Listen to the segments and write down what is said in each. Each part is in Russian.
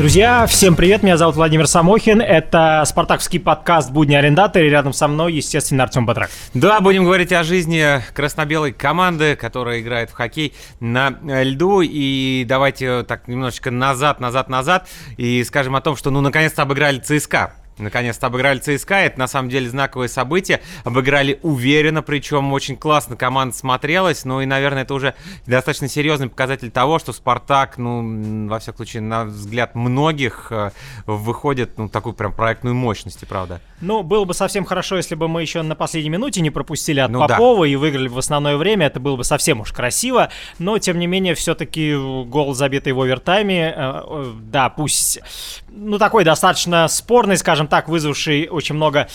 Друзья, всем привет, меня зовут Владимир Самохин, это спартаковский подкаст «Будни арендатора», и рядом со мной, естественно, Артем Батрак. Да, будем говорить о жизни красно-белой команды, которая играет в хоккей на льду, и давайте так немножечко назад, и скажем о том, что, наконец-то обыграли ЦСКА. Наконец-то обыграли ЦСКА, это на самом деле знаковое событие, обыграли уверенно, причем очень классно команда смотрелась, и, наверное, это уже достаточно серьезный показатель того, что Спартак, во всяком случае, на взгляд многих, выходит, такую прям проектную мощность, правда. Было бы совсем хорошо, если бы мы еще на последней минуте не пропустили от Попова и выиграли в основное время, это было бы совсем уж красиво, но, тем не менее, все-таки гол, забитый в овертайме, да, пусть, такой достаточно спорный, скажем так, вызвавший очень много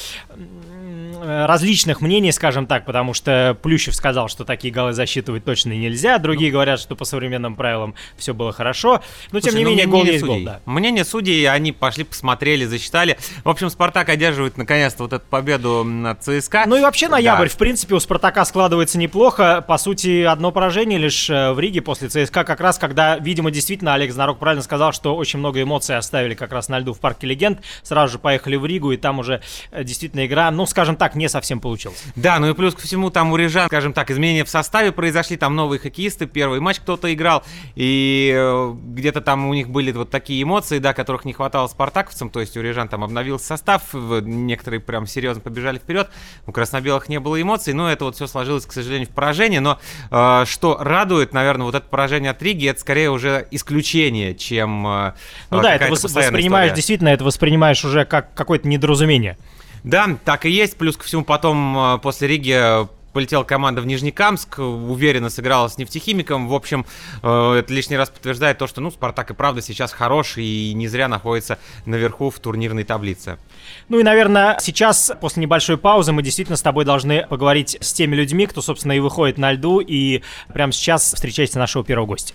различных мнений, скажем так, потому что Плющев сказал, что такие голы засчитывать точно нельзя, другие говорят, что по современным правилам все было хорошо, но тем не менее гол есть гол, да. Мнение судей, они пошли, посмотрели, засчитали. В общем, Спартак одерживает наконец-то вот эту победу над ЦСКА. И вообще ноябрь, в принципе, у Спартака складывается неплохо, по сути, одно поражение лишь в Риге после ЦСКА, как раз когда, видимо, действительно, Олег Знарок правильно сказал, что очень много эмоций оставили как раз на льду в Парке Легенд, сразу же поехали в Ригу, и там уже действительно игра, скажем так, не совсем получилось. Да, и плюс ко всему там у рижан, скажем так, изменения в составе произошли, там новые хоккеисты, первый матч кто-то играл, и где-то там у них были вот такие эмоции, да, которых не хватало спартаковцам, то есть у рижан там обновился состав, некоторые прям серьезно побежали вперед, у красно-белых не было эмоций, но это вот все сложилось, к сожалению, в поражение, но что радует, наверное, вот это поражение от Риги, это скорее уже исключение, чем это воспринимаешь, история. Действительно, это воспринимаешь уже как какое-то недоразумение. Да, так и есть. Плюс ко всему потом после Риги полетела команда в Нижнекамск, уверенно сыграла с нефтехимиком. В общем, это лишний раз подтверждает то, что Спартак и правда сейчас хорош и не зря находится наверху в турнирной таблице. И, наверное, сейчас, после небольшой паузы, мы действительно с тобой должны поговорить с теми людьми, кто, собственно, и выходит на льду. И прямо сейчас встречайте нашего первого гостя.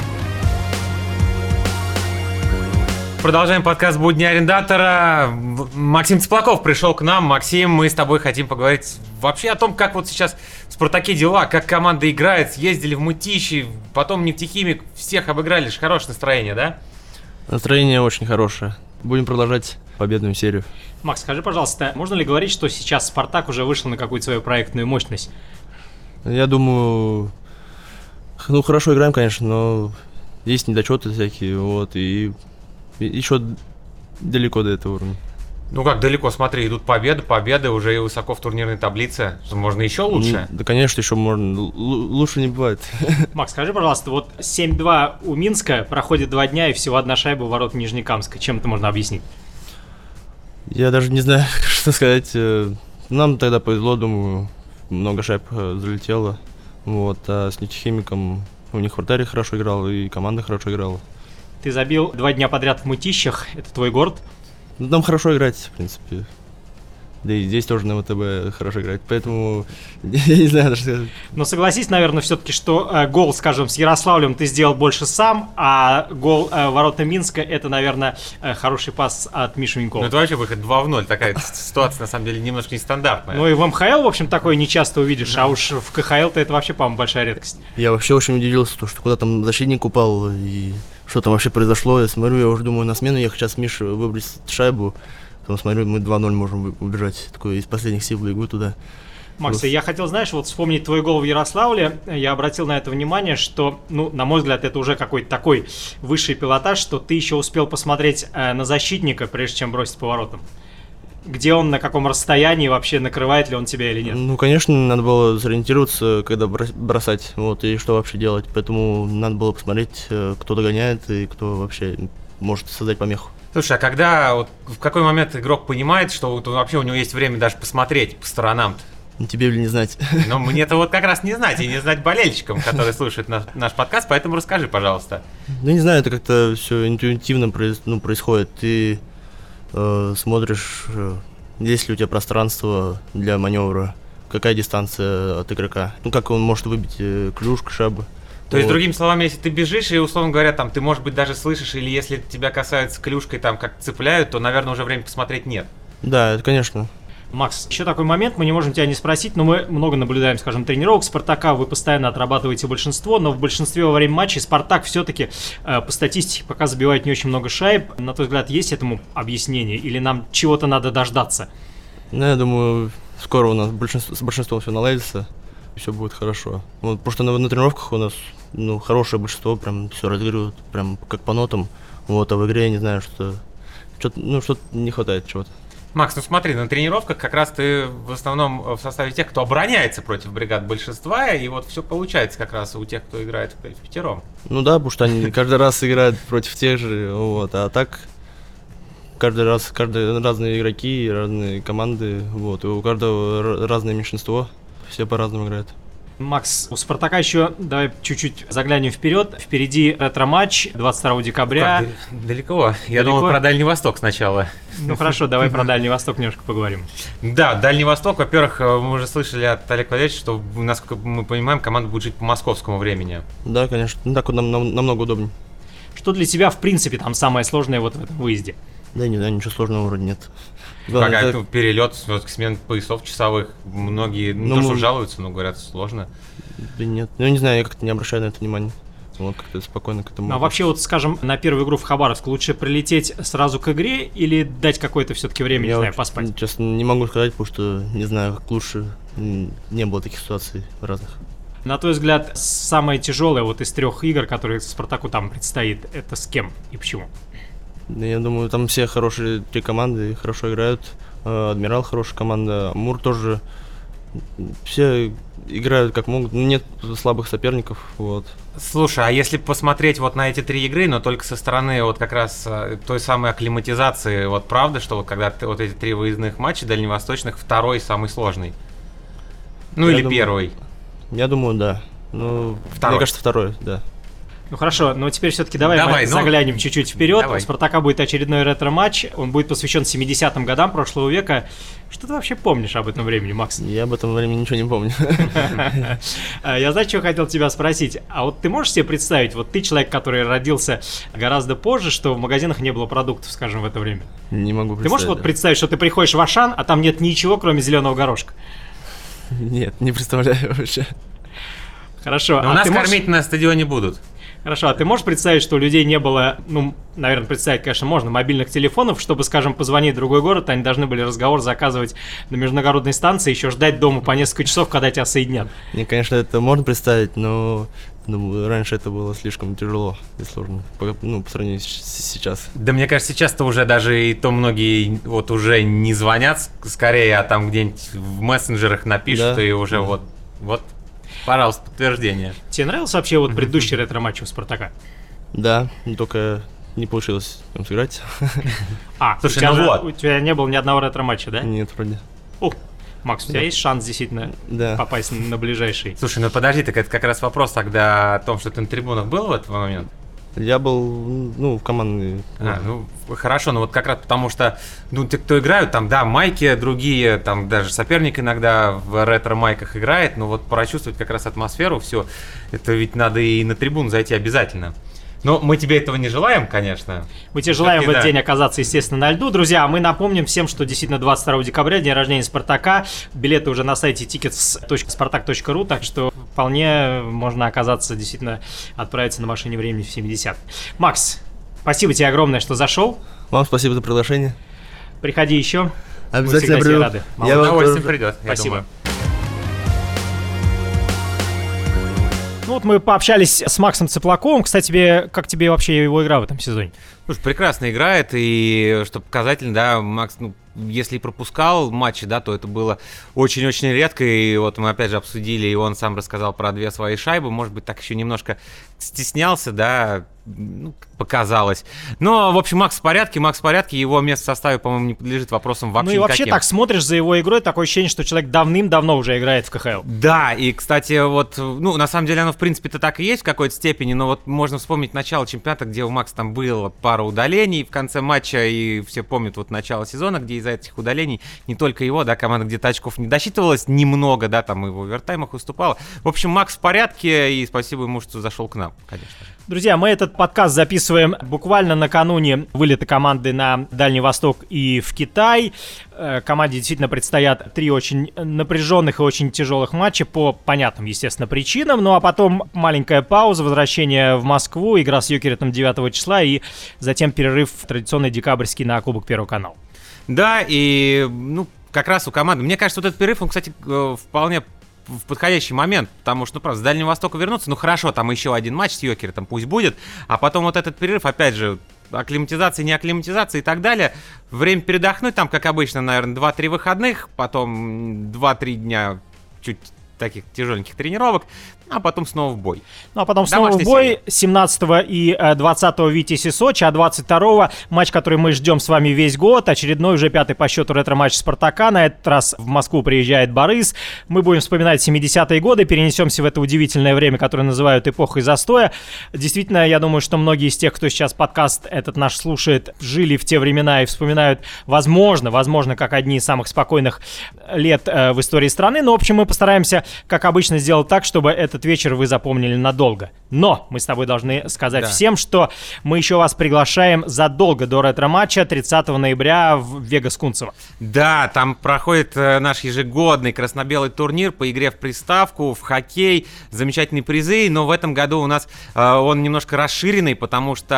Продолжаем подкаст «Будни арендатора». Максим Цыплаков пришел к нам. Максим, мы с тобой хотим поговорить вообще о том, как вот сейчас в «Спартаке» дела, как команда играет. Съездили в Мытищи, потом нефтехимик, всех обыграли. Хорошее настроение, да? Настроение очень хорошее. Будем продолжать победную серию. Макс, скажи, пожалуйста, можно ли говорить, что сейчас «Спартак» уже вышел на какую-то свою проектную мощность? Я думаю, хорошо играем, конечно, но есть недочеты всякие, и еще далеко до этого уровня. Как далеко? Смотри, идут победы уже и высоко в турнирной таблице. Можно еще лучше? Да, конечно, еще можно. Лучше не бывает. Макс, скажи, пожалуйста, 7-2 у Минска, проходит 2 дня и всего одна шайба у ворот Нижнекамска. Чем это можно объяснить? Я даже не знаю, что сказать. Нам тогда повезло, думаю, много шайб залетело. А с нефтехимиком у них вратарь хорошо играл, и команда хорошо играла. Ты забил 2 дня подряд в Мытищах, это твой город? Там хорошо играть, в принципе. Да и здесь тоже на ВТБ хорошо играть, поэтому я не знаю, что сказать. Но согласись, наверное, все-таки, что гол, скажем, с Ярославлем ты сделал больше сам, а гол ворота Минска — это, наверное, хороший пас от Миши Минькова. Это вообще выход 2-0, такая ситуация, на самом деле, немножко нестандартная. И в МХЛ, в общем, такое не часто увидишь, а уж в КХЛ-то это вообще, по-моему, большая редкость. Я вообще очень удивился, что куда там защитник упал, и что там вообще произошло. Я смотрю, я уже думаю, на смену ехать, сейчас Миша выбросит шайбу. Потом смотрю, мы 2-0 можем убежать. Такой из последних сил бегу туда. Макс, я хотел, вспомнить твой гол в Ярославле. Я обратил на это внимание, что, на мой взгляд, это уже какой-то такой высший пилотаж, что ты еще успел посмотреть на защитника, прежде чем бросить поворотом. Где он, на каком расстоянии, вообще накрывает ли он тебя или нет? Конечно, надо было сориентироваться, когда бросать, и что вообще делать. Поэтому надо было посмотреть, кто догоняет и кто вообще может создать помеху. Слушай, а когда, в какой момент игрок понимает, что вообще у него есть время даже посмотреть по сторонам-то? Тебе ли не знать? Мне-то как раз не знать, и не знать болельщикам, которые слушают наш подкаст, поэтому расскажи, пожалуйста. Не знаю, это как-то все интуитивно происходит. Ты смотришь, есть ли у тебя пространство для маневра, какая дистанция от игрока, как он может выбить клюшку, шайбу. То есть, другими словами, если ты бежишь, и, условно говоря, ты, может быть, даже слышишь, или если тебя касаются клюшкой, как цепляют, то, наверное, уже времени посмотреть нет. Да, это, конечно. Макс, еще такой момент, мы не можем тебя не спросить, но мы много наблюдаем, скажем, тренировок Спартака, вы постоянно отрабатываете большинство, но в большинстве во время матчей Спартак все-таки по статистике пока забивает не очень много шайб. На твой взгляд, есть этому объяснение или нам чего-то надо дождаться? Ну, я думаю, скоро у нас с большинством все наладится, и все будет хорошо. Вот, потому что на тренировках у нас хорошее большинство, прям все разыгрывают, прям как по нотам. Вот, а в игре я не знаю, что-то не хватает чего-то. Макс, смотри, на тренировках как раз ты в основном в составе тех, кто обороняется против бригад большинства, и вот все получается как раз у тех, кто играет в пятером. Ну да, потому что они каждый раз играют против тех же, вот, а так каждый разные игроки, разные команды, вот, и у каждого разное меньшинство, все по-разному играют. Макс, у Спартака еще, давай чуть-чуть заглянем вперед. Впереди ретро-матч 22 декабря. Далеко. Я думал про Дальний Восток сначала. Ну хорошо, давай про Дальний Восток немножко поговорим. Да, Дальний Восток, во-первых, мы уже слышали от Олега Валерьевича, что, насколько мы понимаем, команда будет жить по московскому времени. Да, конечно, так нам намного удобнее. Что для тебя, в принципе, там самое сложное вот в этом выезде? Да, не знаю, ничего сложного вроде нет. Перелет, смен поясов часовых. многие что жалуются, но говорят, сложно. Да нет, не знаю, я как-то не обращаю на это внимания. Вот как-то спокойно к этому. А вообще, вот скажем, на первую игру в Хабаровск лучше прилететь сразу к игре или дать какое-то все-таки время, не знаю, поспать? Честно, не могу сказать, потому что не знаю, как лучше. Не было таких ситуаций разных. На твой взгляд, самое тяжелое вот из 3 игр, которые Спартаку там предстоит, это с кем и почему? Я думаю, там все хорошие 3 команды, хорошо играют. Адмирал хорошая команда, Амур тоже. Все играют как могут, нет слабых соперников, вот. Слушай, а если посмотреть вот на эти 3 игры, но только со стороны вот как раз той самой акклиматизации, вот правда, что вот когда вот эти 3 выездных матча дальневосточных, второй самый сложный? Ну или первый? Я думаю, да. Ну, второй. Мне кажется, второй, да. Ну хорошо, но теперь все-таки давай заглянем чуть-чуть вперед. Давай. У Спартака будет очередной ретро-матч. Он будет посвящен 70-м годам прошлого века. Что ты вообще помнишь об этом времени, Макс? Я об этом времени ничего не помню. Я, знаешь, что хотел тебя спросить? А вот ты можешь себе представить, вот ты человек, который родился гораздо позже, что в магазинах не было продуктов, скажем, в это время? Не могу представить. Ты можешь вот представить, что ты приходишь в Ашан, а там нет ничего, кроме зеленого горошка? Нет, не представляю вообще. Хорошо. Но у нас кормить на стадионе будут. Хорошо, а ты можешь представить, что у людей не было, наверное, представить, конечно, можно, мобильных телефонов, чтобы, скажем, позвонить в другой город, они должны были разговор заказывать на международной станции, еще ждать дома по несколько часов, когда тебя соединят? Мне, конечно, это можно представить, но раньше это было слишком тяжело и сложно, по сравнению с сейчас. Да, мне кажется, сейчас-то уже даже и то многие вот уже не звонят скорее, а там где-нибудь в мессенджерах напишут, да. И уже вот. Пожалуйста, подтверждение. Тебе нравился вообще вот предыдущий ретро-матч у Спартака? Да, только не получилось там сыграть. Слушай, у тебя не было ни одного ретро-матча, да? Нет, вроде. Макс, у тебя есть шанс действительно попасть на ближайший? Слушай, подожди, так это как раз вопрос тогда о том, что ты на трибунах был в этот момент? Я был, в командной. Хорошо, вот как раз потому что, те, кто играют, там, да, майки другие, там даже соперник иногда в ретро-майках играет, но вот прочувствовать как раз атмосферу, все, это ведь надо и на трибуну зайти обязательно. Но мы тебе этого не желаем, конечно. Мы тебе желаем в этот день оказаться, естественно, на льду. Друзья, мы напомним всем, что действительно 22 декабря, день рождения Спартака. Билеты уже на сайте tickets.spartak.ru, так что вполне можно оказаться, действительно, отправиться на машине времени в 70. Макс, спасибо тебе огромное, что зашел. Вам спасибо за приглашение. Приходи еще. Обязательно приду. Рады. Я удовольствием придет. Спасибо. Вот мы пообщались с Максом Цыплаковым. Кстати, как тебе вообще его игра в этом сезоне? Слушай, прекрасно играет, и что показательно, да, Макс, если и пропускал матчи, да, то это было очень-очень редко, и вот мы опять же обсудили, и он сам рассказал про 2 свои шайбы, может быть, так еще немножко стеснялся, да, показалось. Но, в общем, Макс в порядке, его место в составе, по-моему, не подлежит вопросам вообще никаким. Вообще так смотришь за его игрой, такое ощущение, что человек давным-давно уже играет в КХЛ. Да, и, кстати, вот, на самом деле оно, в принципе-то, так и есть в какой-то степени, но вот можно вспомнить начало чемпионата, где у Макса там было пара удалений в конце матча, и все помнят вот начало сезона, где из-за этих удалений не только его, да, команда где-то очков не досчитывалась немного, да, там и в овертаймах выступала. В общем, Макс в порядке, и спасибо ему, что зашел к нам, конечно же. Друзья, мы этот подкаст записываем буквально накануне вылета команды на Дальний Восток и в Китай. Команде действительно предстоят 3 очень напряженных и очень тяжелых матча по понятным, естественно, причинам. Ну а потом маленькая пауза, возвращение в Москву, игра с Йокеритом 9 числа и затем перерыв традиционный декабрьский на Кубок Первого канала. Да, и как раз у команды. Мне кажется, вот этот перерыв, он, кстати, вполне в подходящий момент, потому что, правда, с Дальнего Востока вернуться, хорошо, там еще один матч с Йокеритом, пусть будет, а потом вот этот перерыв, опять же, акклиматизация, не акклиматизация и так далее, время передохнуть, там, как обычно, наверное, 2-3 выходных, потом 2-3 дня чуть таких тяжеленьких тренировок, а потом снова в бой. Ну а потом снова в бой 17 и 20 в Витясе Сочи, а 22 матч, который мы ждем с вами весь год, очередной уже 5-й по счету ретро-матч Спартака. На этот раз в Москву приезжает Борис. Мы будем вспоминать 70-е годы, перенесемся в это удивительное время, которое называют эпохой застоя. Действительно, я думаю, что многие из тех, кто сейчас подкаст этот наш слушает, жили в те времена и вспоминают, возможно, как одни из самых спокойных лет в истории страны. Но, в общем, мы постараемся, как обычно, сделать так, чтобы этот вечер вы запомнили надолго. Но мы с тобой должны сказать всем, что мы еще вас приглашаем задолго до ретро-матча 30 ноября в Вегас-Кунцево. Да, там проходит наш ежегодный красно-белый турнир по игре в приставку, в хоккей, замечательные призы, но в этом году у нас он немножко расширенный, потому что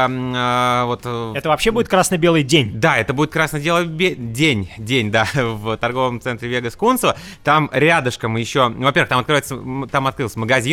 Это вообще будет красно-белый день. Да, это будет красно-белый день, да, в торговом центре Вегас-Кунцево. Там рядышком еще, во-первых, там открылся магазин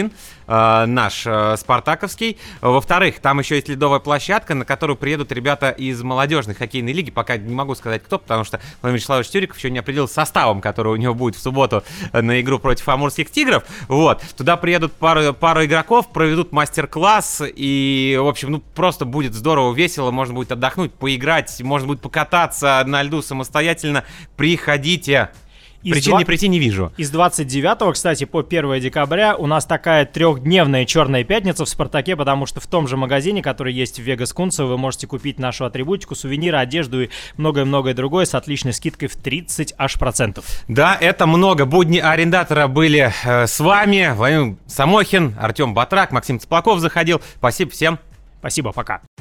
наш спартаковский. Во-вторых, там еще есть ледовая площадка, на которую приедут ребята из молодежной хоккейной лиги. Пока не могу сказать кто, потому что Владимир Вячеславович Тюриков еще не определил составом, который у него будет в субботу на игру против Амурских Тигров. Вот. Туда приедут пару игроков, проведут мастер-класс, и, в общем, просто будет здорово, весело, можно будет отдохнуть, поиграть, можно будет покататься на льду самостоятельно. Приходите. Причин не прийти не вижу. Из 29, кстати, по 1 декабря у нас такая 3-дневная черная пятница в «Спартаке», потому что в том же магазине, который есть в Вегас-Кунцево, вы можете купить нашу атрибутику, сувениры, одежду и многое-многое другое с отличной скидкой в 30%. Да, это много. Будни арендатора были с вами. Владимир Самохин, Артем Батрак, Максим Цыплаков заходил. Спасибо всем. Спасибо, пока.